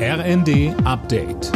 RND Update.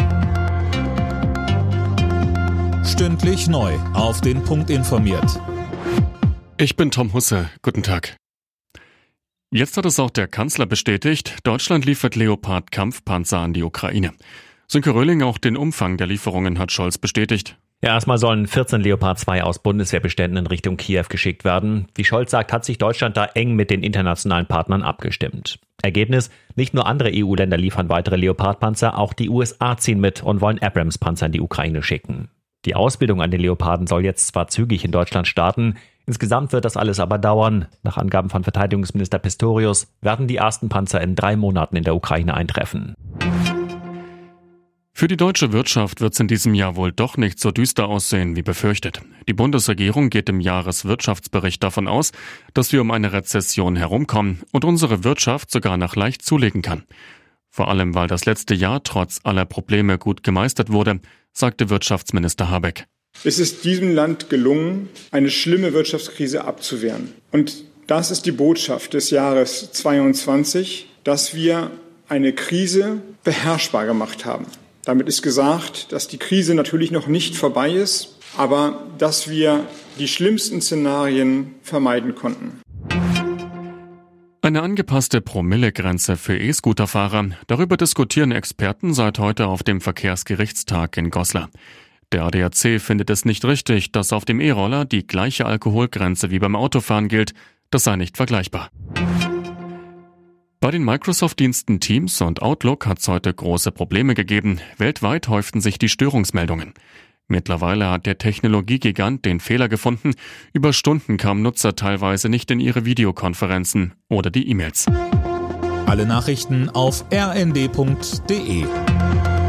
Stündlich neu auf den Punkt informiert. Ich bin Tom Husse. Guten Tag. Jetzt hat es auch der Kanzler bestätigt, Deutschland liefert Leopard-Kampfpanzer an die Ukraine. Sönke Röhling, auch den Umfang der Lieferungen hat Scholz bestätigt. Ja, erstmal sollen 14 Leopard 2 aus Bundeswehrbeständen in Richtung Kiew geschickt werden. Wie Scholz sagt, hat sich Deutschland da eng mit den internationalen Partnern abgestimmt. Ergebnis: Nicht nur andere EU-Länder liefern weitere Leopard-Panzer, auch die USA ziehen mit und wollen Abrams-Panzer in die Ukraine schicken. Die Ausbildung an den Leoparden soll jetzt zwar zügig in Deutschland starten, insgesamt wird das alles aber dauern. Nach Angaben von Verteidigungsminister Pistorius werden die ersten Panzer in 3 Monaten in der Ukraine eintreffen. Für die deutsche Wirtschaft wird es in diesem Jahr wohl doch nicht so düster aussehen wie befürchtet. Die Bundesregierung geht im Jahreswirtschaftsbericht davon aus, dass wir um eine Rezession herumkommen und unsere Wirtschaft sogar noch leicht zulegen kann. Vor allem, weil das letzte Jahr trotz aller Probleme gut gemeistert wurde, sagte Wirtschaftsminister Habeck. Es ist diesem Land gelungen, eine schlimme Wirtschaftskrise abzuwehren. Und das ist die Botschaft des Jahres 2022, dass wir eine Krise beherrschbar gemacht haben. Damit ist gesagt, dass die Krise natürlich noch nicht vorbei ist, aber dass wir die schlimmsten Szenarien vermeiden konnten. Eine angepasste Promillegrenze für E-Scooterfahrer. Darüber diskutieren Experten seit heute auf dem Verkehrsgerichtstag in Goslar. Der ADAC findet es nicht richtig, dass auf dem E-Roller die gleiche Alkoholgrenze wie beim Autofahren gilt. Das sei nicht vergleichbar. Bei den Microsoft-Diensten Teams und Outlook hat es heute große Probleme gegeben. Weltweit häuften sich die Störungsmeldungen. Mittlerweile hat der Technologiegigant den Fehler gefunden. Über Stunden kamen Nutzer teilweise nicht in ihre Videokonferenzen oder die E-Mails. Alle Nachrichten auf rnd.de.